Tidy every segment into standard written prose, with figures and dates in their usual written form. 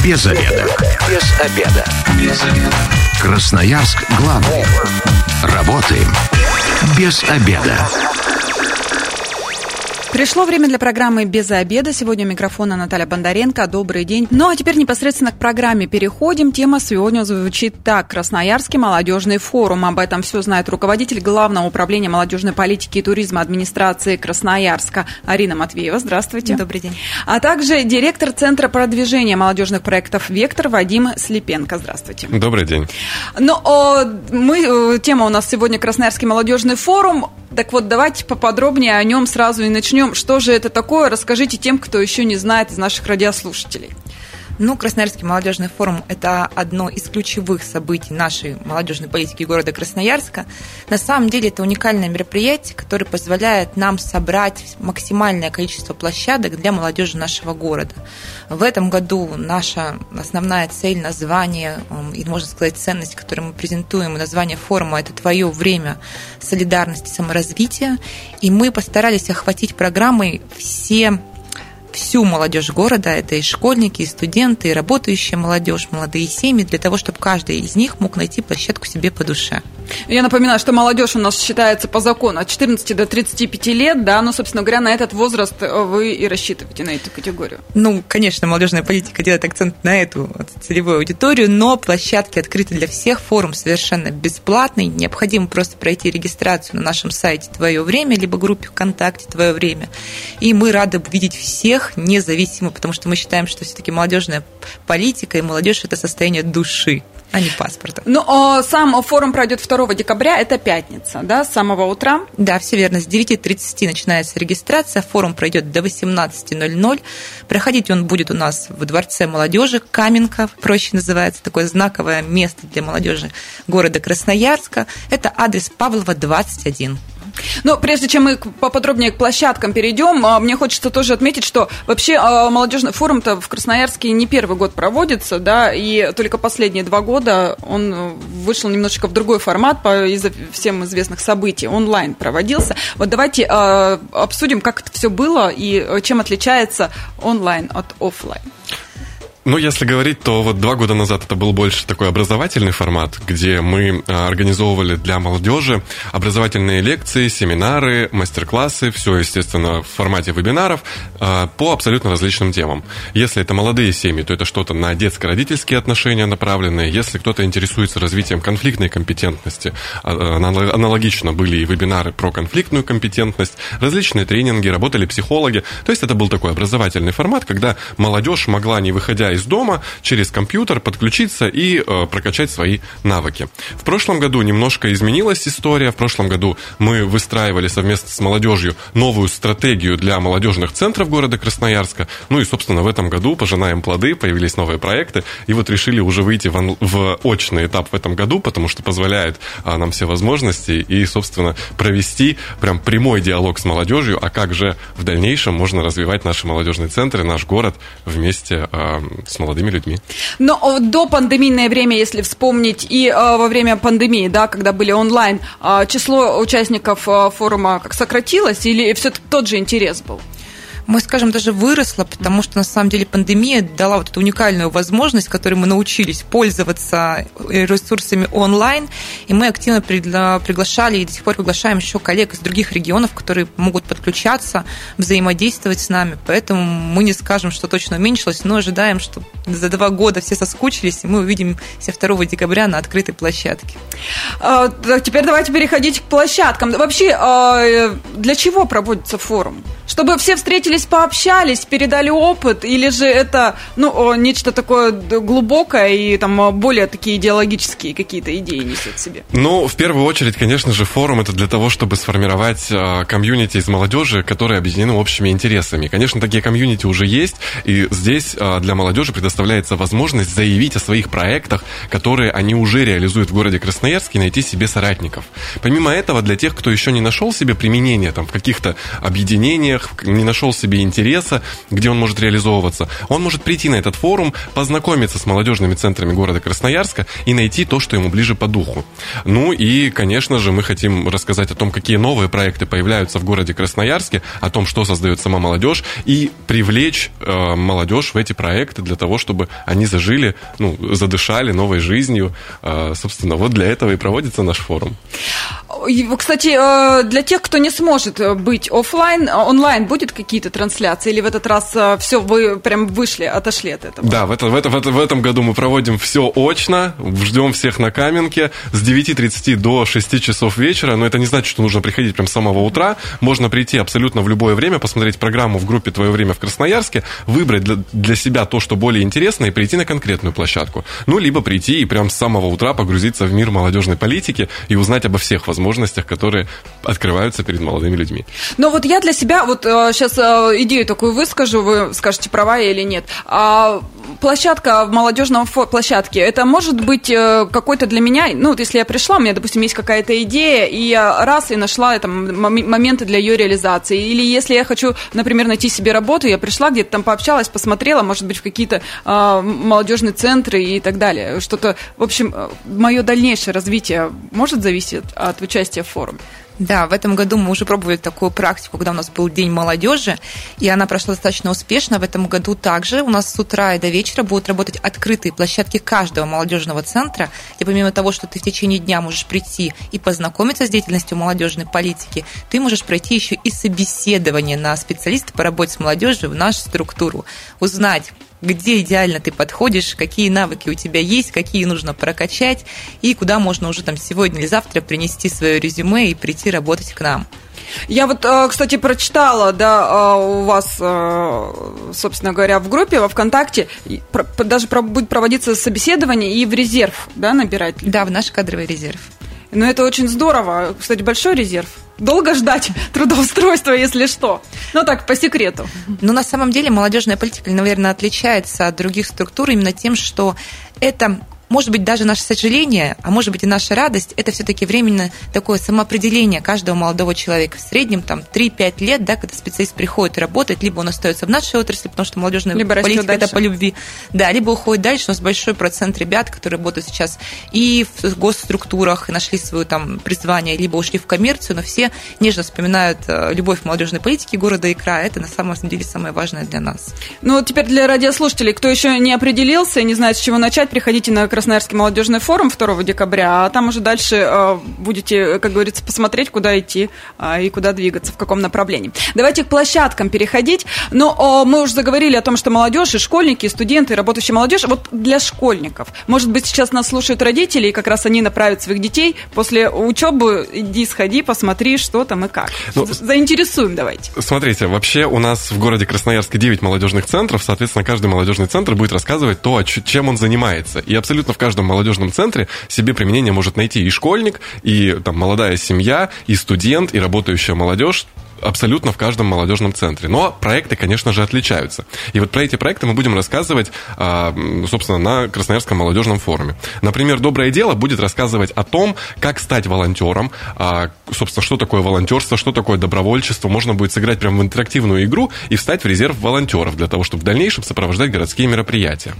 Без обеда. Без обеда. Без обеда. Красноярск главный. Работаем без обеда. Пришло время для программы «Без обеда». Сегодня у микрофона Наталья Бондаренко. Добрый день. Ну, а теперь непосредственно к программе переходим. Тема сегодня звучит так. Красноярский молодежный форум. Об этом все знает руководитель Главного управления молодежной политики и туризма администрации Красноярска Арина Матвеева. Здравствуйте. Добрый день. А также директор Центра продвижения молодежных проектов «Вектор» Вадим Слепенко. Здравствуйте. Добрый день. Ну, тема у нас сегодня «Красноярский молодежный форум». Так вот, давайте поподробнее о нем сразу и начнем. Что же это такое? Расскажите тем, кто еще не знает из наших радиослушателей. Красноярский молодежный форум – это одно из ключевых событий нашей молодежной политики города Красноярска. На самом деле это уникальное мероприятие, которое позволяет нам собрать максимальное количество площадок для молодежи нашего города. В этом году наша основная цель, название и, можно сказать, ценность, которую мы презентуем, название форума – это «Твое время солидарности и саморазвития». И мы постарались охватить программой всю молодежь города, это и школьники, и студенты, и работающая молодежь, молодые семьи, для того, чтобы каждый из них мог найти площадку себе по душе. Я напоминаю, что молодежь у нас считается по закону от 14 до 35 лет, да, но, собственно говоря, на этот возраст вы и рассчитываете, на эту категорию. Конечно, молодежная политика делает акцент на эту целевую аудиторию, но площадки открыты для всех, форум совершенно бесплатный, необходимо просто пройти регистрацию на нашем сайте «Твое время», либо группе ВКонтакте «Твое время», и мы рады видеть всех, независимо, потому что мы считаем, что все-таки молодежная политика и молодежь – это состояние души, а не паспорта. Сам форум пройдет 2 декабря, это пятница, да, с самого утра? Да, все верно, с 9:30 начинается регистрация, форум пройдет до 18:00. Проходить он будет у нас в Дворце молодежи, Каменка, проще называется, такое знаковое место для молодежи города Красноярска. Это адрес Павлова, 21. Но прежде чем мы поподробнее к площадкам перейдем, мне хочется тоже отметить, что вообще молодежный форум-то в Красноярске не первый год проводится, да, и только последние 2 года он вышел немножечко в другой формат из-за всем известных событий, онлайн проводился. Вот давайте обсудим, как это все было и чем отличается онлайн от офлайн. Если говорить, то 2 года назад это был больше такой образовательный формат, где мы организовывали для молодежи образовательные лекции, семинары, мастер-классы, все, естественно, в формате вебинаров по абсолютно различным темам. Если это молодые семьи, то это что-то на детско-родительские отношения направленные. Если кто-то интересуется развитием конфликтной компетентности, аналогично были и вебинары про конфликтную компетентность, различные тренинги, работали психологи. То есть это был такой образовательный формат, когда молодежь могла, не выходя из дома, через компьютер подключиться и прокачать свои навыки. В прошлом году немножко изменилась история. В прошлом году мы выстраивали совместно с молодежью новую стратегию для молодежных центров города Красноярска. И, собственно, в этом году пожинаем плоды, появились новые проекты. И решили уже выйти в очный этап в этом году, потому что позволяет нам все возможности и, собственно, провести прям прямой диалог с молодежью, а как же в дальнейшем можно развивать наши молодежные центры, наш город вместе с молодыми людьми. Но до пандемийное время, если вспомнить, и во время пандемии, да, когда были онлайн, число участников форума как сократилось или все-таки тот же интерес был? Мы, скажем, даже выросло, потому что, на самом деле, пандемия дала эту уникальную возможность, которой мы научились пользоваться ресурсами онлайн, и мы активно приглашали и до сих пор приглашаем еще коллег из других регионов, которые могут подключаться, взаимодействовать с нами, поэтому мы не скажем, что точно уменьшилось, но ожидаем, что за 2 года все соскучились, и мы увидимся 2 декабря на открытой площадке. Теперь давайте переходить к площадкам. Вообще, для чего проводится форум? Чтобы все встретились, пообщались, передали опыт, или же это нечто такое глубокое и там более такие идеологические какие-то идеи несет в себе? В первую очередь, конечно же, форум это для того, чтобы сформировать комьюнити из молодежи, которые объединены общими интересами. Конечно, такие комьюнити уже есть, и здесь для молодежи предоставляется возможность заявить о своих проектах, которые они уже реализуют в городе Красноярске, и найти себе соратников. Помимо этого, для тех, кто еще не нашел себе применение в каких-то объединениях, сферах, не нашел себе интереса, где он может реализовываться, он может прийти на этот форум, познакомиться с молодежными центрами города Красноярска и найти то, что ему ближе по духу. Ну и, конечно же, мы хотим рассказать о том, какие новые проекты появляются в городе Красноярске, о том, что создает сама молодежь, и привлечь молодежь в эти проекты для того, чтобы они зажили, задышали новой жизнью. Собственно, вот для этого и проводится наш форум. Кстати, для тех, кто не сможет быть офлайн, онлайн будет какие-то трансляции? Или в этот раз все, вы прям отошли от этого? Да, в этом году мы проводим все очно, ждем всех на Каменке с 9:30 до 6 часов вечера, но это не значит, что нужно приходить прям с самого утра, можно прийти абсолютно в любое время, посмотреть программу в группе «Твое время в Красноярске», выбрать для себя то, что более интересно, и прийти на конкретную площадку. Либо прийти и прям с самого утра погрузиться в мир молодежной политики и узнать обо всех возможностях, которые открываются перед молодыми людьми. Но вот я для себя сейчас идею такую выскажу, вы скажете, права я или нет. Площадка в молодежном площадке, это может быть какой-то для меня, если я пришла, у меня, допустим, есть какая-то идея, и я и нашла моменты для ее реализации. Или если я хочу, например, найти себе работу, я пришла где-то там пообщалась, посмотрела, может быть, в какие-то молодежные центры и так далее. Что-то, в общем, мое дальнейшее развитие может зависеть от участия в форуме? Да, в этом году мы уже пробовали такую практику, когда у нас был День молодежи, и она прошла достаточно успешно. В этом году также у нас с утра и до вечера будут работать открытые площадки каждого молодежного центра, и помимо того, что ты в течение дня можешь прийти и познакомиться с деятельностью молодежной политики, ты можешь пройти еще и собеседование на специалиста по работе с молодежью в нашу структуру, узнать, где идеально ты подходишь, какие навыки у тебя есть, какие нужно прокачать, и куда можно уже сегодня или завтра принести свое резюме и прийти работать к нам. Я кстати, прочитала, у вас, собственно говоря, в группе, во ВКонтакте, даже будет проводиться собеседование и в резерв, набирать? Да, в наш кадровый резерв. Это очень здорово. Кстати, большой резерв. Долго ждать трудоустройства, если что. Так, по секрету. На самом деле молодежная политика, наверное, отличается от других структур именно тем, что это, может быть, даже наше сожаление, а может быть и наша радость, это все-таки временно такое самоопределение каждого молодого человека. В среднем 3-5 лет, когда специалист приходит и работает, либо он остается в нашей отрасли, потому что молодежная политика это по любви, либо уходит дальше. У нас большой процент ребят, которые работают сейчас и в госструктурах, и нашли свое призвание, либо ушли в коммерцию, но все нежно вспоминают любовь к молодежной политике города и края. Это на самом деле самое важное для нас. Теперь для радиослушателей, кто еще не определился и не знает, с чего начать, приходите на Красноярский молодежный форум 2 декабря, а там уже дальше будете, как говорится, посмотреть, куда идти и куда двигаться, в каком направлении. Давайте к площадкам переходить. Но мы уже заговорили о том, что молодежь и школьники, и студенты, и работающая молодежь. Вот для школьников. Может быть, сейчас нас слушают родители, и как раз они направят своих детей после учебы, иди, сходи, посмотри, что там и как. Заинтересуем давайте. Смотрите, вообще у нас в городе Красноярске 9 молодежных центров, соответственно, каждый молодежный центр будет рассказывать то, чем он занимается. И абсолютно в каждом молодежном центре себе применение может найти и школьник, и молодая семья, и студент, и работающая молодежь. Абсолютно в каждом молодежном центре. Но проекты, конечно же, отличаются. И вот про эти проекты мы будем рассказывать, собственно, на Красноярском молодежном форуме. Например, «Доброе дело» будет рассказывать о том, как стать волонтером, собственно, что такое волонтерство, что такое добровольчество. Можно будет сыграть прямо в интерактивную игру и встать в резерв волонтеров для того, чтобы в дальнейшем сопровождать городские мероприятия.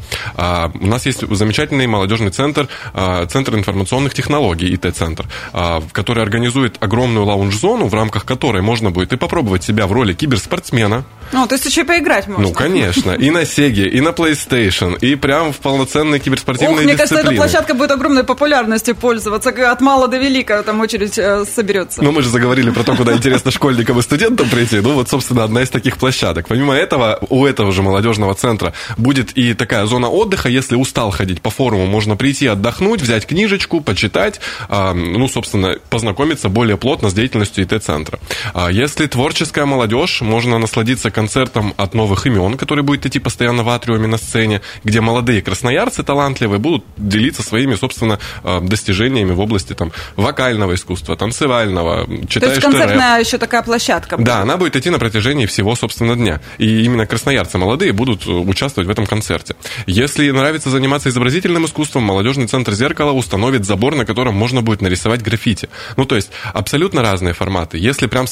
У нас есть замечательный молодежный центр, Центр информационных технологий, ИТ-центр, который организует огромную лаунж-зону, в рамках которой можно будет и попробовать себя в роли киберспортсмена. То есть еще и поиграть можно. Конечно. И на Сеге, и на PlayStation, и прям в полноценные киберспортивные дисциплины. Мне кажется, эта площадка будет огромной популярностью пользоваться. От мала до велика там очередь соберется. Мы же заговорили про то, куда интересно школьникам и студентам прийти. Собственно, одна из таких площадок. Помимо этого, у этого же молодежного центра будет и такая зона отдыха. Если устал ходить по форуму, можно прийти отдохнуть, взять книжечку, почитать, собственно, познакомиться более плотно с деятельностью ИТ-центра. Если творческая молодежь, можно насладиться концертом от новых имен, который будет идти постоянно в атриуме на сцене, где молодые красноярцы талантливые будут делиться своими, собственно, достижениями в области вокального искусства, танцевального, То есть концертная еще такая площадка будет. Да, она будет идти на протяжении всего, собственно, дня. И именно красноярцы молодые будут участвовать в этом концерте. Если нравится заниматься изобразительным искусством, молодежный центр «Зеркало» установит забор, на котором можно будет нарисовать граффити. То есть абсолютно разные форматы. Если прям совсем школьники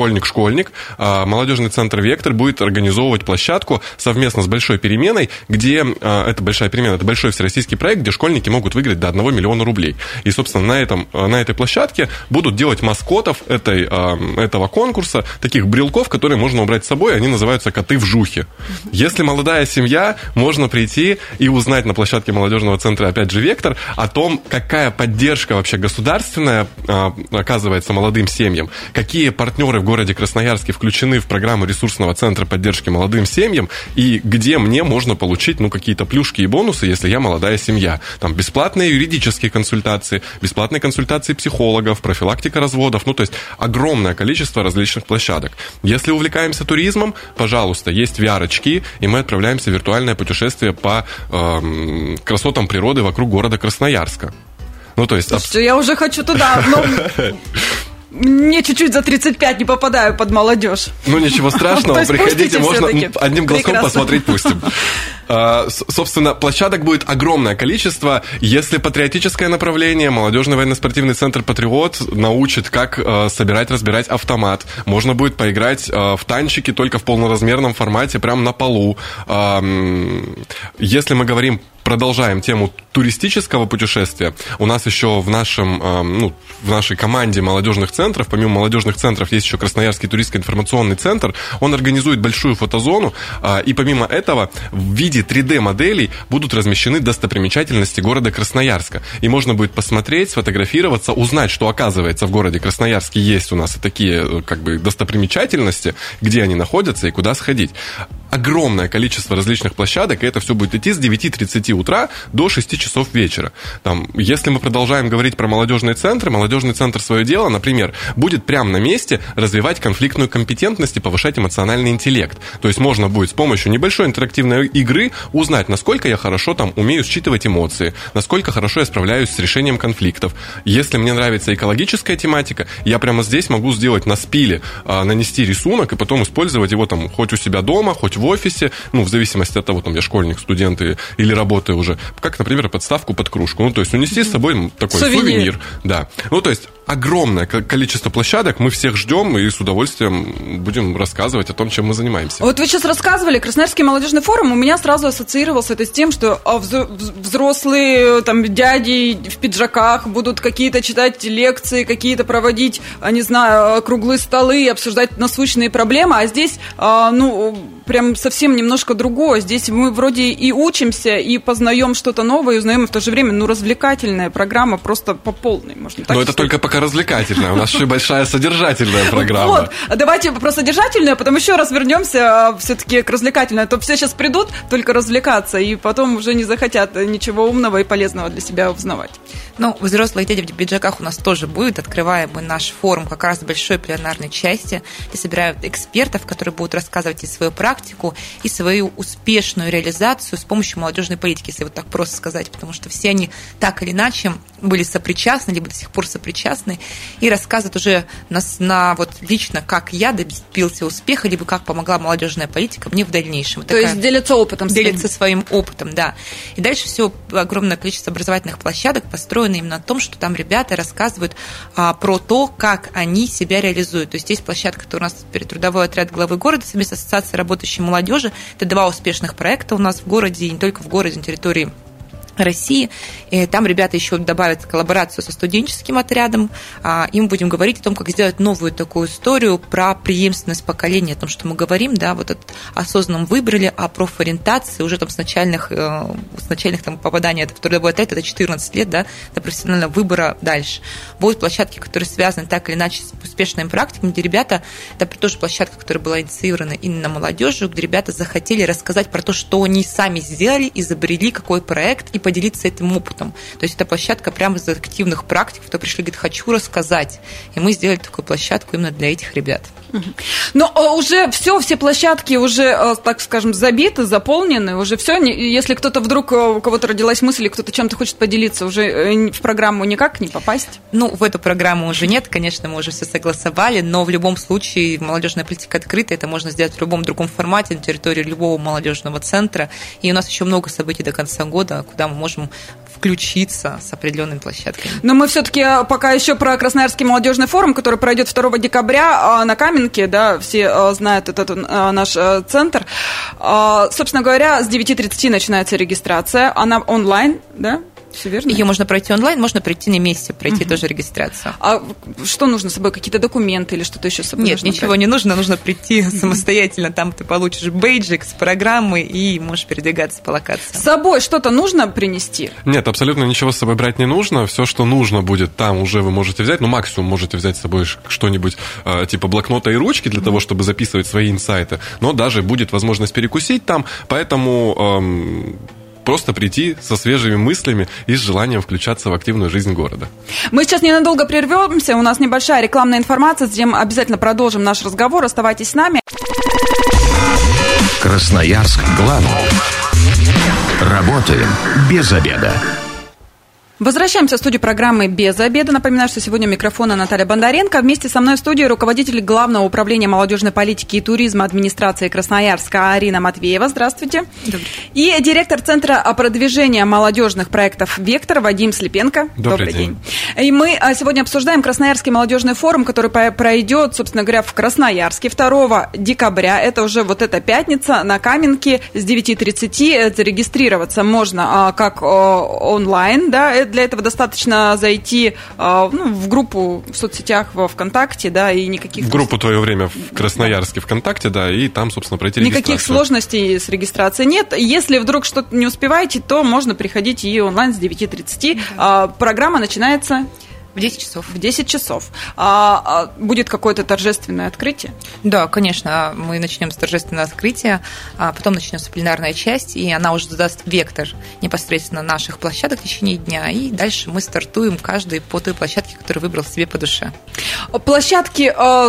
школьник, молодежный центр «Вектор» будет организовывать площадку совместно с «Большой переменой», где это «Большая перемена», это большой всероссийский проект, где школьники могут выиграть до 1 миллиона рублей. И, собственно, на этой площадке будут делать маскотов этого конкурса, таких брелков, которые можно убрать с собой, они называются «Коты в жухе». Если молодая семья, можно прийти и узнать на площадке молодежного центра, опять же, «Вектор», о том, какая поддержка вообще государственная оказывается молодым семьям, какие партнеры в городе Красноярске включены в программу ресурсного центра поддержки молодым семьям, и где мне можно получить, какие-то плюшки и бонусы, если я молодая семья. Там бесплатные юридические консультации, бесплатные консультации психологов, профилактика разводов, то есть огромное количество различных площадок. Если увлекаемся туризмом, пожалуйста, есть VR-очки, и мы отправляемся в виртуальное путешествие по красотам природы вокруг города Красноярска. То есть... Слушайте, я уже хочу туда, но... Мне чуть-чуть за 35 не попадаю под молодежь. Ничего страшного, приходите, можно одним глазком посмотреть, пустим. Собственно, площадок будет огромное количество. Если патриотическое направление, молодежный военно-спортивный центр «Патриот» научит, как собирать, разбирать автомат. Можно будет поиграть в танчики только в полноразмерном формате, прямо на полу. Если мы продолжаем тему туристического путешествия, у нас еще в нашей команде молодежных центров, помимо молодежных центров, есть еще Красноярский туристско-информационный центр. Он организует большую фотозону, и помимо этого в виде 3D-моделей будут размещены достопримечательности города Красноярска. И можно будет посмотреть, сфотографироваться, узнать, что, оказывается, в городе Красноярске есть у нас и такие достопримечательности, где они находятся и куда сходить. Огромное количество различных площадок, и это все будет идти с 9:30 утра до 6 часов вечера. Если мы продолжаем говорить про молодежные центры, молодежный центр свое дело, например, будет прямо на месте развивать конфликтную компетентность и повышать эмоциональный интеллект. То есть можно будет с помощью небольшой интерактивной игры узнать, насколько я хорошо умею считывать эмоции, насколько хорошо я справляюсь с решением конфликтов. Если мне нравится экологическая тематика, я прямо здесь могу сделать на спиле, нанести рисунок и потом использовать его хоть у себя дома, хоть в офисе, в зависимости от того, я школьник, студент или работаю уже, как, например, подставку под кружку. То есть унести с собой такой сувенир. Да. То есть огромное количество площадок, мы всех ждем и с удовольствием будем рассказывать о том, чем мы занимаемся. Вот вы сейчас рассказывали, Красноярский молодежный форум, у меня сразу ассоциировался это с тем, что взрослые дяди в пиджаках будут какие-то читать лекции, какие-то проводить, не знаю, круглые столы, обсуждать насущные проблемы, а здесь, прям совсем немножко другое. Здесь мы вроде и учимся, и познаем что-то новое, и узнаем, и в то же время, развлекательная программа просто по полной, можно так сказать. Но это только пока развлекательная, у нас еще большая содержательная программа. Вот, давайте про содержательную, а потом еще раз вернемся все-таки к развлекательной, а то все сейчас придут только развлекаться, и потом уже не захотят ничего умного и полезного для себя узнавать. Взрослые дяди в пиджаках у нас тоже будет. Открываем мы наш форум как раз в большой пленарной части, где собирают экспертов, которые будут рассказывать и свою практику, и свою успешную реализацию с помощью молодежной политики, если так просто сказать, потому что все они так или иначе были сопричастны, либо до сих пор сопричастны, и рассказывают уже лично, как я добился успеха, либо как помогла молодежная политика мне в дальнейшем. То есть делятся опытом. Делятся своим опытом, да. И дальше все огромное количество образовательных площадок построено именно на том, что там ребята рассказывают про то, как они себя реализуют. То есть есть площадка, которая у нас теперь трудовой отряд главы города, совместно с Ассоциацией работающей молодежи. Это 2 успешных проекта у нас в городе, и не только в городе, на территории России. И там ребята еще добавят коллаборацию со студенческим отрядом. Им будем говорить о том, как сделать новую такую историю про преемственность поколения, о том, что мы говорим, этот осознанном выборе, о профориентации уже с начальных попадания в трудовой отряд, это 14 лет, до профессионального выбора дальше. Будут площадки, которые связаны так или иначе с успешными практиками, где ребята, это тоже площадка, которая была инициирована именно молодежью, где ребята захотели рассказать про то, что они сами сделали, изобрели, какой проект, и поделиться этим опытом. То есть это площадка прямо из активных практик, кто пришли, говорит, хочу рассказать. И мы сделали такую площадку именно для этих ребят. Но уже все площадки уже, так скажем, забиты, заполнены, уже все. Если кто-то вдруг, у кого-то родилась мысль, или кто-то чем-то хочет поделиться, уже в программу никак не попасть? В эту программу уже нет, конечно, мы уже все согласовали, но в любом случае молодежная политика открыта, это можно сделать в любом другом формате на территории любого молодежного центра. И у нас еще много событий до конца года, куда мы можем включиться с определенными площадками. Но мы все-таки пока еще про Красноярский молодежный форум, который пройдет 2 декабря на Каменной, Каменке, да, все знают этот наш центр. Собственно говоря, с 9:30 начинается регистрация, она онлайн, да? Все верно? Ее можно пройти онлайн, можно прийти на месте, пройти тоже регистрацию. А что нужно с собой? Какие-то документы или что-то еще с собой? Нет, ничего не нужно прийти самостоятельно. Там ты получишь бейджик с программой и можешь передвигаться по локации. С собой что-то нужно принести? Нет, абсолютно ничего с собой брать не нужно. Все, что нужно будет, там уже вы можете взять. Ну, максимум можете взять с собой что-нибудь типа блокнота и ручки для того, чтобы записывать свои инсайты. Но даже будет возможность перекусить там, поэтому... просто прийти со свежими мыслями и с желанием включаться в активную жизнь города. Мы сейчас ненадолго прервемся. У нас небольшая рекламная информация. Затем обязательно продолжим наш разговор. Оставайтесь с нами. Красноярск главный. Работаем без обеда. Возвращаемся в студию программы «Без обеда». Напоминаю, что сегодня у микрофона Наталья Бондаренко. Вместе со мной в студии руководитель Главного управления молодежной политики и туризма администрации Красноярска Арина Матвеева. Здравствуйте. И директор Центра продвижения молодежных проектов «Вектор» Вадим Слепенко. Добрый день. И мы сегодня обсуждаем Красноярский молодежный форум, который пройдет, собственно говоря, в Красноярске 2 декабря. Это уже вот эта пятница на Каменке с 9:30. Зарегистрироваться можно как онлайн, да. Для этого достаточно зайти в группу в соцсетях во ВКонтакте, да, и никаких... В группу «Твое время» в Красноярске ВКонтакте, да, и там, собственно, пройти регистрацию. Никаких сложностей с регистрацией нет. Если вдруг что-то не успеваете, то можно приходить и онлайн с 9:30. Программа начинается... В 10 часов. В 10 часов. Будет какое-то торжественное открытие? Да, конечно. Мы начнем с торжественного открытия, а потом начнется пленарная часть, и она уже задаст вектор непосредственно наших площадок в течение дня. И дальше мы стартуем каждый по той площадке, которую выбрал себе по душе. Площадки,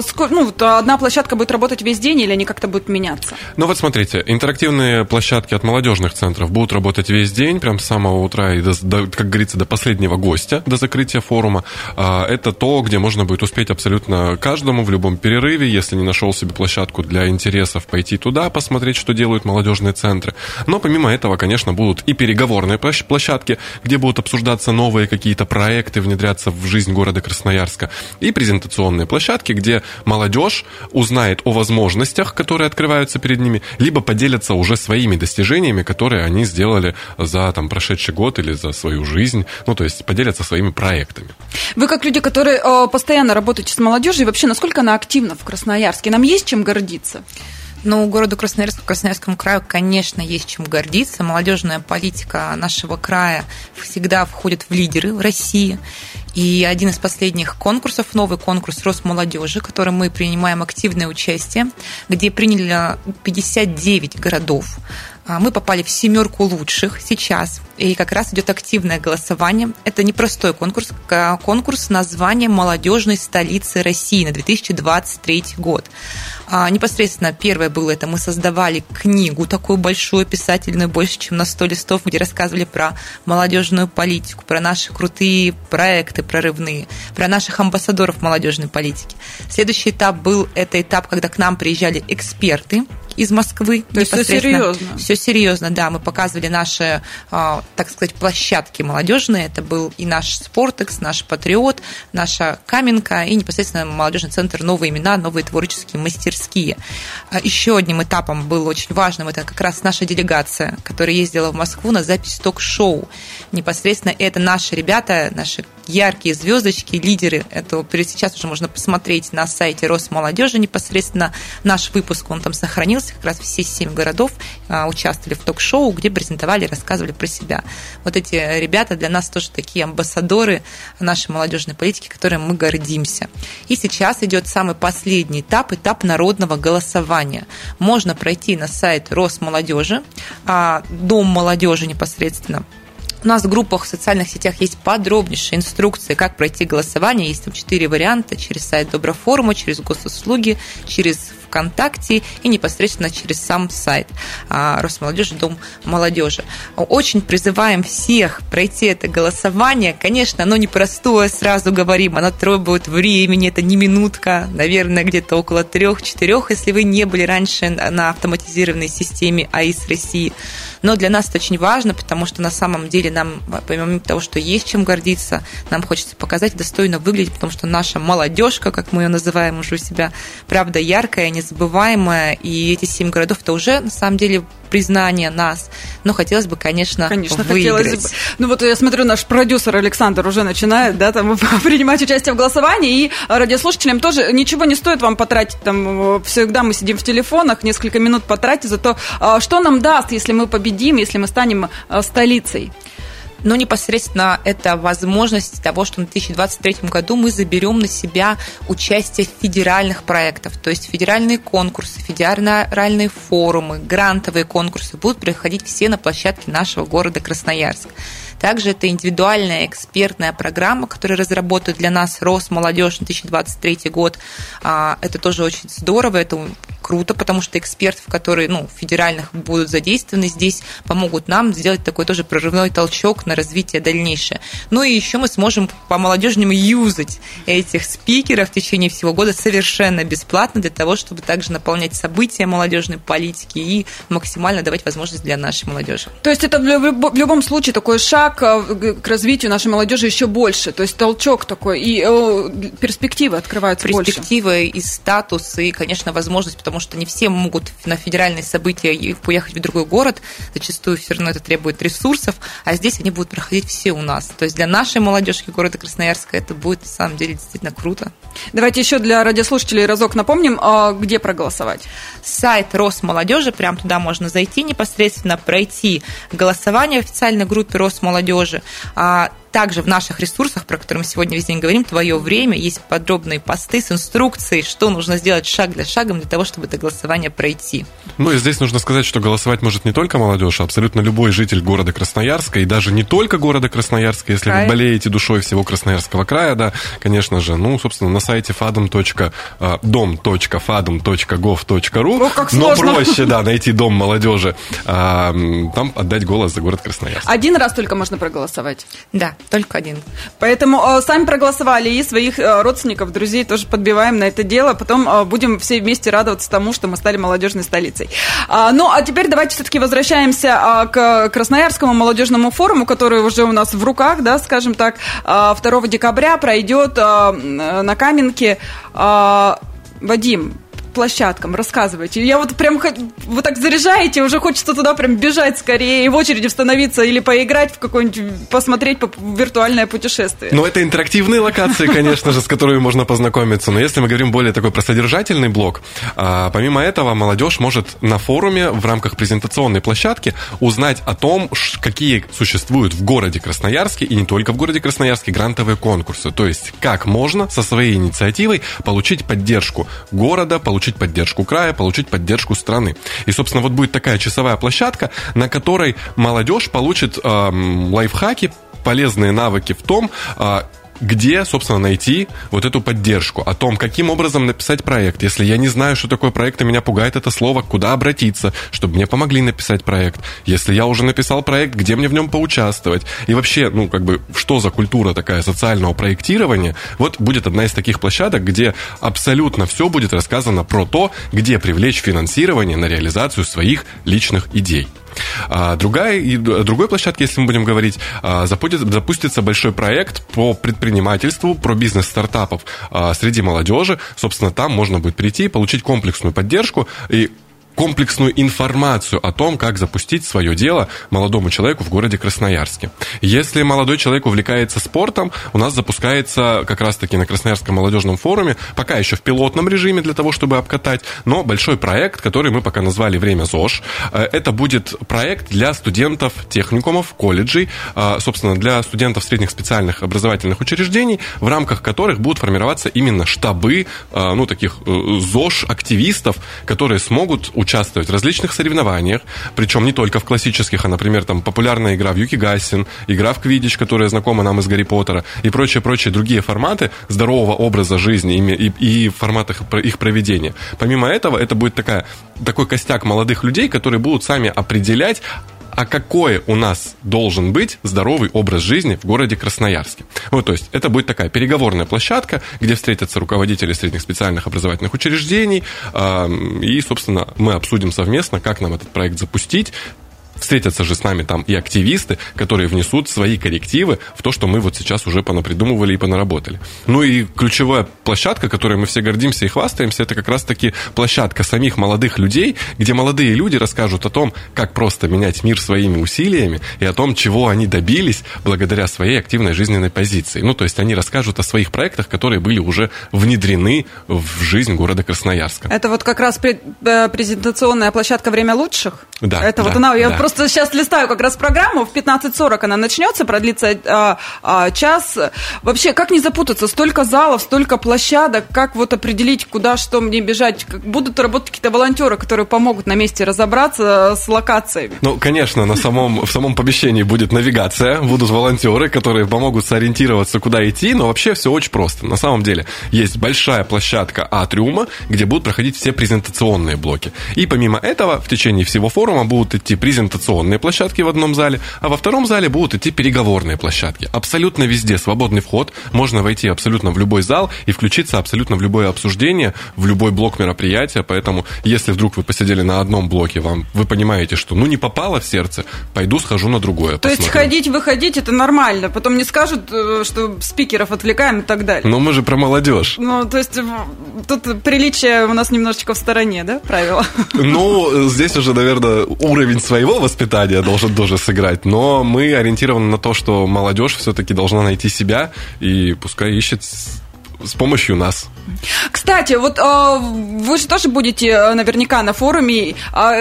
одна площадка будет работать весь день или они как-то будут меняться? Ну вот смотрите, интерактивные площадки от молодежных центров будут работать весь день, прям с самого утра и, как говорится, до последнего гостя, до закрытия форума. Это то, где можно будет успеть абсолютно каждому в любом перерыве, если не нашел себе площадку для интересов, пойти туда, посмотреть, что делают молодежные центры. Но помимо этого, конечно, будут и переговорные площадки, где будут обсуждаться новые какие-то проекты, внедряться в жизнь города Красноярска, и презентационные площадки, где молодежь узнает о возможностях, которые открываются перед ними, либо поделятся уже своими достижениями, которые они сделали за прошедший год или за свою жизнь, то есть поделятся своими проектами. Вы как люди, которые постоянно работаете с молодежью, вообще насколько она активна в Красноярске? Нам есть чем гордиться? Городу Красноярску, Красноярскому краю, конечно, есть чем гордиться. Молодежная политика нашего края всегда входит в лидеры в России. И один из последних конкурсов, новый конкурс Росмолодежи, в котором мы принимаем активное участие, где приняли 59 городов. Мы попали в 7 лучших сейчас, и как раз идет активное голосование. Это непростой конкурс, конкурс названия молодежной столицы России на 2023 год. Непосредственно первое было это, мы создавали книгу такую большую, писательную, больше, чем на 100 листов, где рассказывали про молодежную политику, про наши крутые проекты прорывные, про наших амбассадоров молодежной политики. Следующий этап был, это этап, когда к нам приезжали эксперты из Москвы. То есть все серьезно? Все серьезно, да. Мы показывали наши, так сказать, площадки молодежные. Это был и наш Спортекс, наш Патриот, наша Каменка и непосредственно молодежный центр «Новые имена», новые творческие мастерские. Еще одним этапом был очень важным, это как раз наша делегация, которая ездила в Москву на запись ток-шоу. Непосредственно это наши ребята, наши яркие звездочки, лидеры. Это сейчас уже можно посмотреть на сайте Росмолодежи непосредственно наш выпуск, он там сохранился, как раз все 7 городов участвовали в ток-шоу, где презентовали, рассказывали про себя. Вот эти ребята для нас тоже такие амбассадоры нашей молодежной политики, которым мы гордимся. И сейчас идет самый последний этап, этап народного голосования. Можно пройти на сайт Росмолодежи, Дом молодежи непосредственно. У нас в группах в социальных сетях есть подробнейшие инструкции, как пройти голосование. Есть там 4 варианта: через сайт Доброфорума, через госуслуги, через ВКонтакте и непосредственно через сам сайт Росмолодежи, Дом молодежи. Очень призываем всех пройти это голосование. Конечно, оно непростое, сразу говорим, оно требует времени, это не минутка, наверное, где-то около 3-4, если вы не были раньше на автоматизированной системе АИС России. Но для нас это очень важно, потому что на самом деле нам, помимо того, что есть чем гордиться, нам хочется показать, достойно выглядеть, потому что наша молодежка, как мы ее называем уже у себя, правда, яркая, незабываемая, и эти 7 городов – это уже, на самом деле, признание нас. Но хотелось бы, конечно выиграть. Хотелось бы. Ну вот я смотрю, наш продюсер Александр уже начинает, да, там, принимать участие в голосовании, и радиослушателям тоже ничего не стоит вам потратить, там, всегда мы сидим в телефонах, несколько минут потратить, зато что нам даст, если мы победим, если мы станем столицей? Но непосредственно это возможность того, что в 2023 году мы заберем на себя участие в федеральных проектах, то есть федеральные конкурсы, федеральные форумы, грантовые конкурсы будут проходить все на площадке нашего города Красноярск. Также это индивидуальная экспертная программа, которую разработает для нас Росмолодежь на 2023 год. Это тоже очень здорово, это круто, потому что экспертов, которые федеральных будут задействованы здесь, помогут нам сделать такой тоже прорывной толчок на развитие дальнейшее. Ну и еще мы сможем по-молодежному юзать этих спикеров в течение всего года совершенно бесплатно для того, чтобы также наполнять события молодежной политики и максимально давать возможность для нашей молодежи. То есть это в любом случае такой шаг к развитию нашей молодежи еще больше, то есть толчок такой, и перспективы открываются больше. Перспективы и статус, и, конечно, возможность, потому что не все могут на федеральные события поехать в другой город, зачастую все равно это требует ресурсов, а здесь они будут проходить все у нас. То есть для нашей молодежи города Красноярска это будет, на самом деле, действительно круто. Давайте еще для радиослушателей разок напомним, где проголосовать. Сайт Росмолодежи, прям туда можно зайти непосредственно, пройти голосование в официальной группе Росмолодежи. Также в наших ресурсах, про которые мы сегодня весь день говорим, «Твое время», есть подробные посты с инструкцией, что нужно сделать шаг за шагом для того, чтобы это голосование пройти. Ну и здесь нужно сказать, что голосовать может не только молодежь, а абсолютно любой житель города Красноярска, и даже не только города Красноярска, если вы болеете душой всего Красноярского края, да, конечно же, собственно, на сайте dom.fadum.gov.ru, но проще, да, найти дом молодежи, там отдать голос за город Красноярск. Один раз только можно проголосовать? Да. Только один. Поэтому сами проголосовали, и своих родственников, друзей тоже подбиваем на это дело. Потом будем все вместе радоваться тому, что мы стали молодежной столицей. Ну, а теперь давайте все-таки возвращаемся к Красноярскому молодежному форуму, который уже у нас в руках, да, скажем так. 2 декабря пройдет на Каменке. Вадим, площадкам, рассказывайте. Я вот прям, вы так заряжаете, уже хочется туда прям бежать скорее и в очереди становиться или поиграть в какое-нибудь, посмотреть виртуальное путешествие. Ну, это интерактивные локации, конечно же, с которыми можно познакомиться, но если мы говорим более такой про содержательный блок, помимо этого молодежь может на форуме в рамках презентационной площадки узнать о том, какие существуют в городе Красноярске и не только в городе Красноярске грантовые конкурсы, то есть как можно со своей инициативой получить поддержку города, получить поддержку края, получить поддержку страны. И, собственно, вот будет такая часовая площадка, на которой молодежь получит лайфхаки, полезные навыки в том, где, собственно, найти вот эту поддержку, о том, каким образом написать проект. Если я не знаю, что такое проект, и меня пугает это слово, куда обратиться, чтобы мне помогли написать проект. Если я уже написал проект, где мне в нем поучаствовать. И вообще, что за культура такая социального проектирования, вот будет одна из таких площадок, где абсолютно все будет рассказано про то, где привлечь финансирование на реализацию своих личных идей. Другой площадке, если мы будем говорить, запустится большой проект по предпринимательству, про бизнес стартапов среди молодежи. Собственно, там можно будет прийти, получить комплексную поддержку и комплексную информацию о том, как запустить свое дело молодому человеку в городе Красноярске. Если молодой человек увлекается спортом, у нас запускается как раз-таки на Красноярском молодежном форуме, пока еще в пилотном режиме для того, чтобы обкатать, но большой проект, который мы пока назвали «Время ЗОЖ». Это будет проект для студентов техникумов, колледжей, собственно, для студентов средних специальных образовательных учреждений, в рамках которых будут формироваться именно штабы, таких ЗОЖ-активистов, которые смогут участвовать в различных соревнованиях, причем не только в классических, а, например, там популярная игра в Юкигасин, игра в Квиддич, которая знакома нам из Гарри Поттера, и прочие другие форматы здорового образа жизни и форматах их проведения. Помимо этого, это будет такой костяк молодых людей, которые будут сами определять, а какой у нас должен быть здоровый образ жизни в городе Красноярске. Вот, то есть это будет такая переговорная площадка, где встретятся руководители средних специальных образовательных учреждений, и, собственно, мы обсудим совместно, как нам этот проект запустить. Встретятся же с нами там и активисты, которые внесут свои коррективы в то, что мы вот сейчас уже понапридумывали и понаработали. Ну и ключевая площадка, которой мы все гордимся и хвастаемся, это как раз-таки площадка самих молодых людей, где молодые люди расскажут о том, как просто менять мир своими усилиями и о том, чего они добились благодаря своей активной жизненной позиции. Ну, то есть они расскажут о своих проектах, которые были уже внедрены в жизнь города Красноярска. Это вот как раз презентационная площадка «Время лучших»? Да. Это вот она, я просто сейчас листаю как раз программу, в 15:40 она начнется, продлится час. Вообще, как не запутаться? Столько залов, столько площадок, как вот определить, куда, что мне бежать? Будут работать какие-то волонтеры, которые помогут на месте разобраться с локациями? Ну, конечно, в самом помещении будет навигация, будут волонтеры, которые помогут сориентироваться, куда идти, но вообще все очень просто. На самом деле, есть большая площадка атриума, где будут проходить все презентационные блоки. И помимо этого, в течение всего форума будут идти презентационные площадки в одном зале, а во втором зале будут идти переговорные площадки. Абсолютно везде свободный вход, можно войти абсолютно в любой зал и включиться абсолютно в любое обсуждение, в любой блок мероприятия, поэтому если вдруг вы посидели на одном блоке, вы понимаете, что не попало в сердце, пойду схожу на другое. То есть ходить, выходить, это нормально, потом не скажут, что спикеров отвлекаем и так далее. Но мы же про молодежь. Ну, то есть тут приличие у нас немножечко в стороне, да, правила? Ну, здесь уже, наверное, уровень своего воспитания должен тоже сыграть, но мы ориентированы на то, что молодежь все-таки должна найти себя и пускай ищет с помощью нас. Кстати, вот вы же тоже будете наверняка на форуме,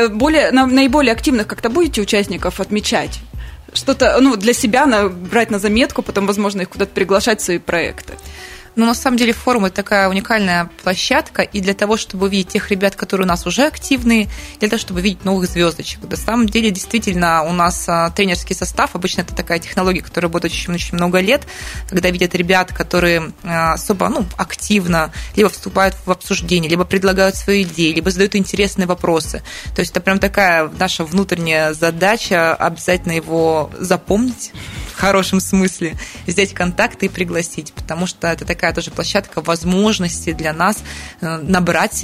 наиболее активных как-то будете участников отмечать? Что-то для себя брать на заметку, потом, возможно, их куда-то приглашать в свои проекты? Ну, на самом деле, форум – это такая уникальная площадка, и для того, чтобы увидеть тех ребят, которые у нас уже активные, для того, чтобы видеть новых звездочек. На самом деле, действительно, у нас тренерский состав, обычно это такая технология, которая работает очень много лет, когда видят ребят, которые особо активно либо вступают в обсуждение, либо предлагают свои идеи, либо задают интересные вопросы. То есть это прям такая наша внутренняя задача обязательно его запомнить, в хорошем смысле, взять контакты и пригласить, потому что это такая тоже площадка возможности для нас набрать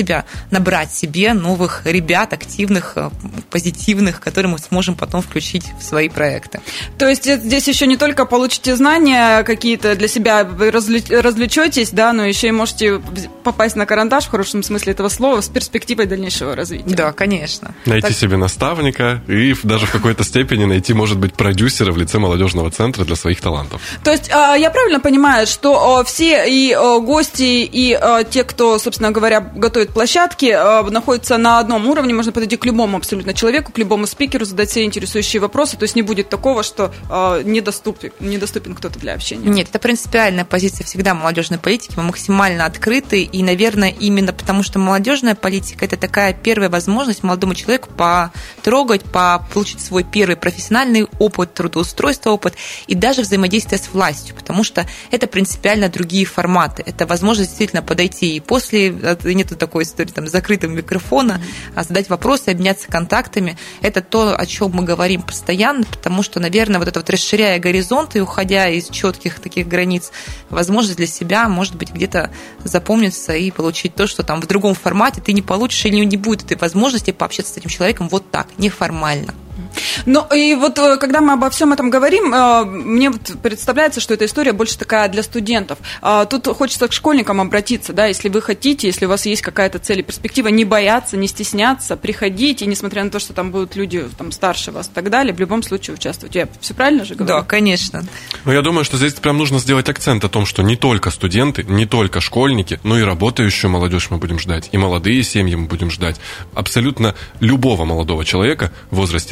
себе новых ребят, активных, позитивных, которые мы сможем потом включить в свои проекты. То есть здесь еще не только получите знания какие-то для себя, вы развлечетесь, да, но еще и можете попасть на карандаш, в хорошем смысле этого слова, с перспективой дальнейшего развития. Да, конечно. Найти себе наставника и даже в какой-то степени найти, может быть, продюсера в лице молодежного центра для своих талантов. То есть я правильно понимаю, что все и гости, и те, кто, собственно говоря, готовит площадки, находятся на одном уровне, можно подойти к любому абсолютно человеку, к любому спикеру, задать все интересующие вопросы, то есть не будет такого, что недоступен кто-то для общения? Нет, это принципиальная позиция всегда молодежной политики, мы максимально открыты, и, наверное, именно потому, что молодежная политика – это такая первая возможность молодому человеку потрогать, получить свой первый профессиональный опыт, трудоустройство опыт, и даже взаимодействие с властью, потому что это принципиально другие форматы. Это возможность действительно подойти и после, нету такой истории, закрытого микрофона, задать вопросы, обменяться контактами. Это то, о чем мы говорим постоянно, потому что, наверное, вот это расширяя горизонты и уходя из четких таких границ, возможность для себя, может быть, где-то запомниться и получить то, что там в другом формате ты не получишь или не будет этой возможности пообщаться с этим человеком вот так, неформально. Ну, и вот когда мы обо всем этом говорим, мне представляется, что эта история больше такая для студентов. Тут хочется к школьникам обратиться, да, если вы хотите, если у вас есть какая-то цель и перспектива, не бояться, не стесняться, приходите, несмотря на то, что там будут люди старше вас и так далее, в любом случае участвовать. Я все правильно же говорю? Да, конечно. Но я думаю, что здесь прям нужно сделать акцент о том, что не только студенты, не только школьники, но и работающую молодежь мы будем ждать, и молодые семьи мы будем ждать. Абсолютно любого молодого человека в возрасте от 14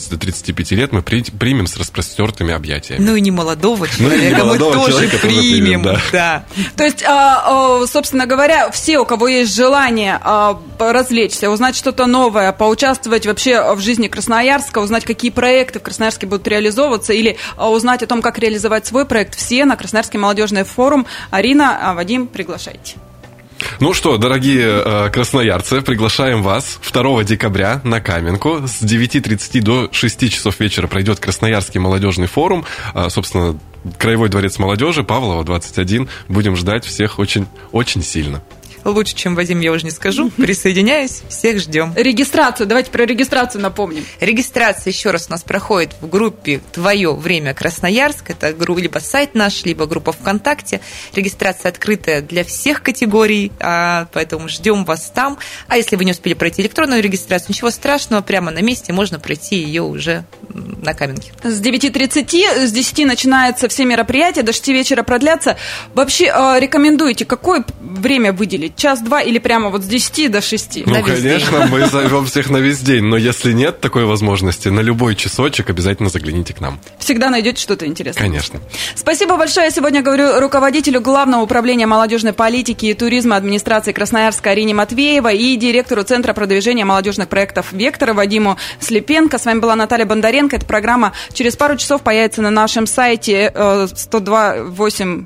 14 до 35 лет мы примем с распростертыми объятиями. Ну и не молодого человека мы тоже примем. Да. То есть, собственно говоря, все, у кого есть желание развлечься, узнать что-то новое, поучаствовать вообще в жизни Красноярска, узнать, какие проекты в Красноярске будут реализовываться, или узнать о том, как реализовать свой проект, все на Красноярский молодежный форум. Арина, Вадим, приглашайте. Ну что, дорогие красноярцы, приглашаем вас 2 декабря на Каменку. С 9:30 до 6 часов вечера пройдет Красноярский молодежный форум. Собственно, Краевой дворец молодежи, Павлова, 21. Будем ждать всех очень, очень сильно. Лучше, чем Вадим, я уже не скажу. Присоединяюсь, всех ждем. Регистрацию, давайте про регистрацию напомним. Регистрация еще раз у нас проходит в группе «Твое время Красноярск». Это либо сайт наш, либо группа ВКонтакте. Регистрация открытая для всех категорий, поэтому ждем вас там. А если вы не успели пройти электронную регистрацию, ничего страшного, прямо на месте можно пройти ее уже на Каменке. С 9:30, с 10 начинаются все мероприятия, до 6 вечера продлятся. Вообще рекомендуете, какое время выделить? Час-два или прямо вот с 10 до 6? Ну, конечно, мы зовем всех на весь день, но если нет такой возможности, на любой часочек обязательно загляните к нам. Всегда найдете что-то интересное. Конечно. Спасибо большое. Я сегодня говорю руководителю Главного управления молодежной политики и туризма администрации Красноярска Арине Матвеевой и директору Центра продвижения молодежных проектов «Вектор» Вадиму Слепенко. С вами была Наталья Бондаренко. Эта программа через пару часов появится на нашем сайте 102.8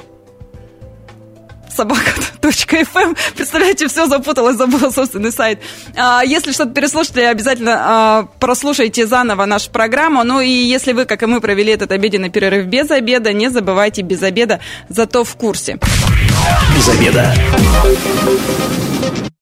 собака.fm. Представляете, все запуталось, забыла собственный сайт. Если что-то переслушали, обязательно прослушайте заново нашу программу. Ну и если вы, как и мы, провели этот обеденный перерыв без обеда, не забывайте без обеда, зато в курсе. Без обеда.